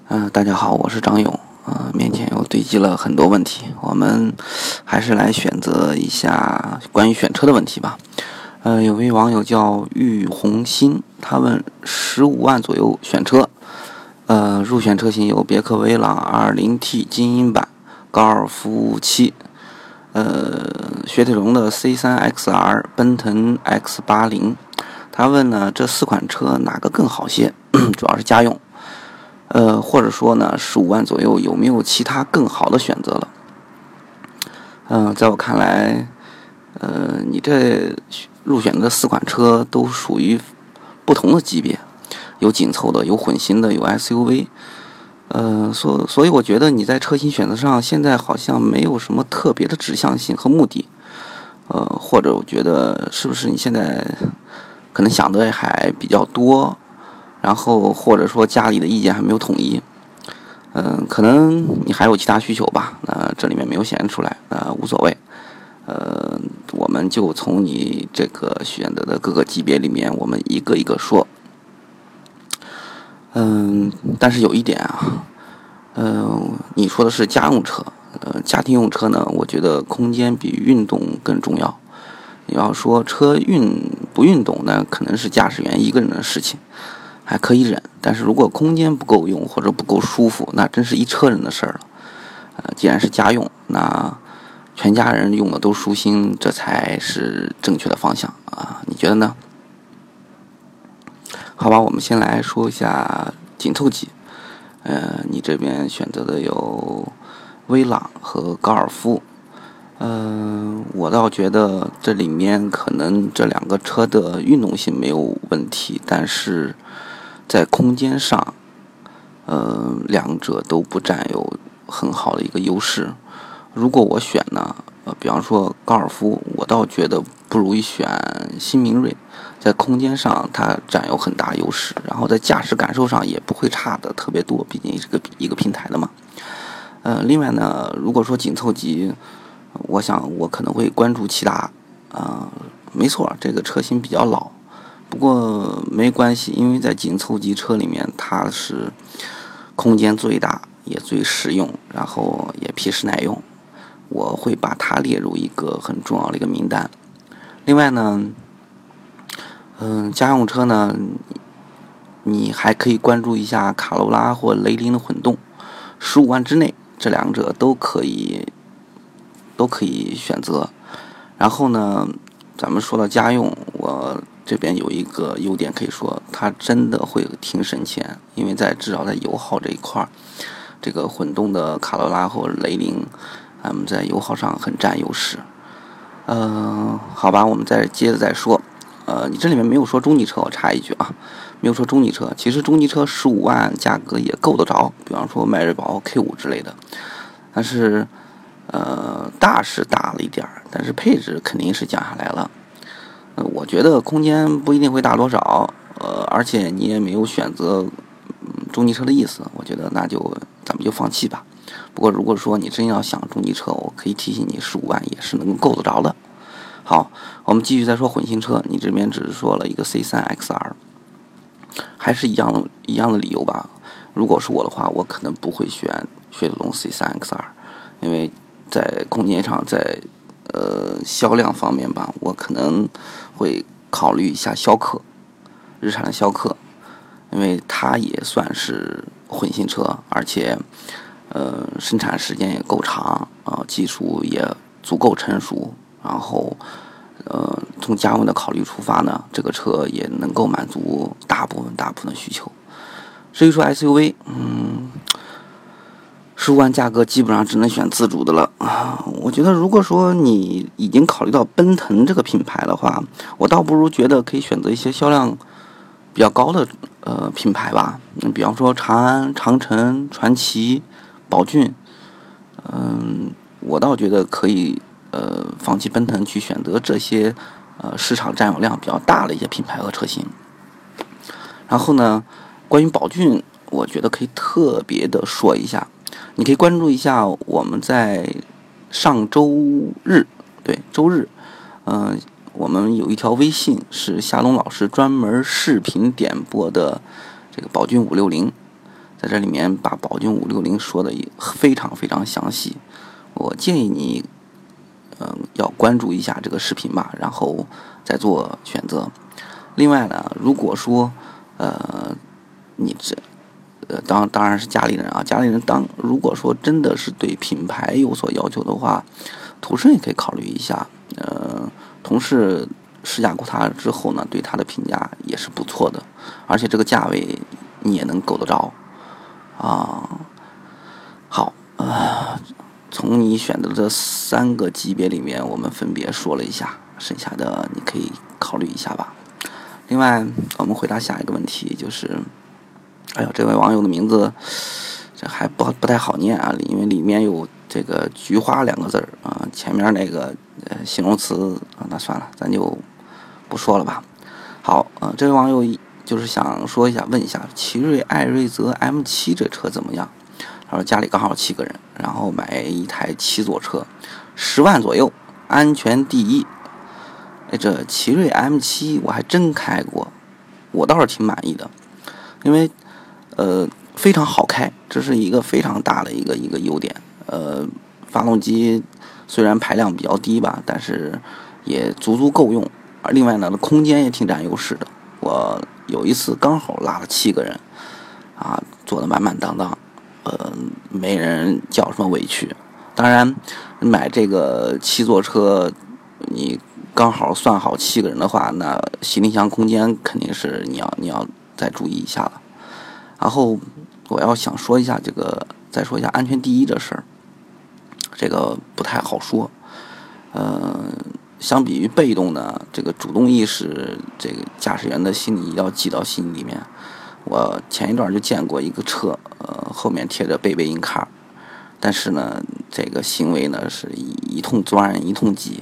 大家好，我是张勇。面前又堆积了很多问题，我们还是来选择一下关于选车的问题吧。有位网友叫玉红心，他问15万左右选车，入选车型有别克威朗 2.0T 精英版、高尔夫7、雪铁龙的 C3XR、奔腾 X80。他问呢，这4款车哪个更好些？主要是家用。或者说呢，15万左右有没有其他更好的选择了？在我看来，你这入选的4款车都属于不同的级别，有紧凑的，有混型的，有 SUV。所以我觉得你在车型选择上现在好像没有什么特别的指向性和目的。或者我觉得是不是你现在可能想的还比较多？然后或者说家里的意见还没有统一，可能你还有其他需求吧，这里面没有显示出来，无所谓，我们就从你这个选择的各个级别里面，我们一个一个说。但是有一点啊，你说的是家用车，家庭用车呢，我觉得空间比运动更重要。你要说车不运动，那可能是驾驶员一个人的事情。还可以忍，但是如果空间不够用或者不够舒服，那真是一车人的事儿了。既然是家用，那全家人用的都舒心，这才是正确的方向啊！你觉得呢？好吧，我们先来说一下紧凑级。你这边选择的有威朗和高尔夫。我倒觉得这里面可能这2个车的运动性没有问题，但是在空间上，两者都不占有很好的一个优势。如果我选呢，比方说高尔夫，我倒觉得不如选新明锐，在空间上它占有很大优势，然后在驾驶感受上也不会差的特别多，毕竟是一个平台的嘛。另外呢，如果说紧凑级，我想我可能会关注骐达，没错，这个车型比较老。不过没关系，因为在紧凑级车里面，它是空间最大，也最实用，然后也皮实耐用。我会把它列入一个很重要的一个名单。另外呢，家用车呢，你还可以关注一下卡罗拉或雷凌的混动，15万之内，这2者都可以选择。然后呢，咱们说到家用，我这边有一个优点可以说，它真的会挺省钱，因为至少在油耗这一块，这个混动的卡罗拉或雷凌，在油耗上很占优势。好吧，我们接着再说。你这里面没有说中级车，我插一句啊，没有说中级车。其实中级车15万价格也够得着，比方说迈锐宝 K5 之类的。但是，大是大了一点，但是配置肯定是降下来了。我觉得空间不一定会大多少，而且你也没有选择中级车的意思，我觉得咱们就放弃吧。不过如果说你真要想中级车，我可以提醒你15万也是能够得着的。好，我们继续再说混型车，你这边只是说了一个 C3XR， 还是一样的理由吧。如果是我的话，我可能不会选雪铁龙 C3XR， 因为在空间上，在销量方面吧，我可能会考虑一下逍客，日产的逍客，因为它也算是混型车，而且生产时间也够长，技术也足够成熟，然后从家用的考虑出发呢，这个车也能够满足大部分的需求。至于说 SUV， 15万价格基本上只能选自主的了。我觉得如果说你已经考虑到奔腾这个品牌的话，我倒不如觉得可以选择一些销量比较高的品牌吧。比方说长安、长城、传祺、宝骏，我倒觉得可以放弃奔腾，去选择这些市场占有量比较大的一些品牌和车型。然后呢，关于宝骏，我觉得可以特别的说一下，你可以关注一下我们在上周日，我们有一条微信是夏东老师专门视频点播的这个宝骏560， 在这里面把宝骏560说的非常非常详细，我建议你要关注一下这个视频吧，然后再做选择。另外呢，如果说你当然是家里人啊，家里人如果说真的是对品牌有所要求的话，途胜也可以考虑一下。同事试驾过它之后呢，对它的评价也是不错的，而且这个价位你也能够得着啊。好，从你选择的这3个级别里面，我们分别说了一下，剩下的你可以考虑一下吧。另外，我们回答下一个问题，就是这位网友的名字这还不太好念啊，因为里面有这个菊花2个字啊，前面那个形容词那算了，咱就不说了吧。好，这位网友就是想问一下，奇瑞艾瑞泽 M7 这车怎么样？他说家里刚好7个人，然后买一台7座车，10万左右，安全第一。这奇瑞 M7 我还真开过，我倒是挺满意的，因为非常好开，这是一个非常大的一个优点。发动机虽然排量比较低吧，但是也足够用。另外呢，空间也挺占优势的。我有一次刚好拉了7个人啊，坐得满满当当，没人叫什么委屈。当然，买这个7座车，你刚好算好7个人的话，那行李箱空间肯定是你要再注意一下了。然后我想说一下再说一下安全第一这事儿，这个不太好说。相比于被动呢，这个主动意识，这个驾驶员的心理要记到心里面。我前一段就见过一个车，后面贴着贝贝 in car， 但是呢，这个行为呢是一通钻一通挤。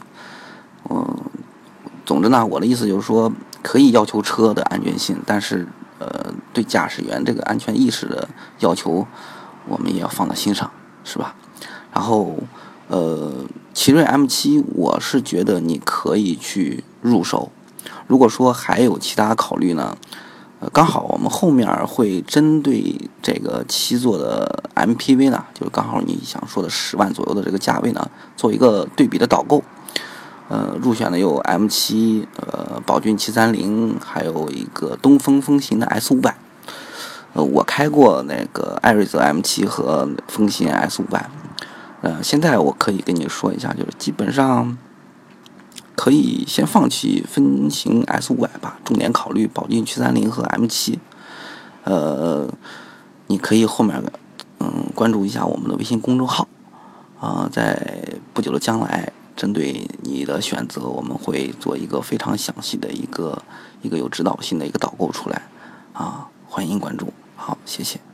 总之呢，我的意思就是说，可以要求车的安全性，但是对驾驶员这个安全意识的要求，我们也要放在心上，是吧？然后奇瑞 M7 我是觉得你可以去入手。如果说还有其他考虑呢，刚好我们后面会针对这个7座的 MPV 呢，就是刚好你想说的10万左右的这个价位呢，做一个对比的导购。入选的有 M7，宝骏730，还有一个东风风行的 S500。我开过那个艾瑞泽 M7 和风行 S500。现在我可以跟你说一下，就是基本上可以先放弃风行 S500吧，重点考虑宝骏730和 M7。你可以后面关注一下我们的微信公众号在不久的将来，针对你的选择，我们会做一个非常详细的一个有指导性的一个导购出来欢迎关注。好，谢谢。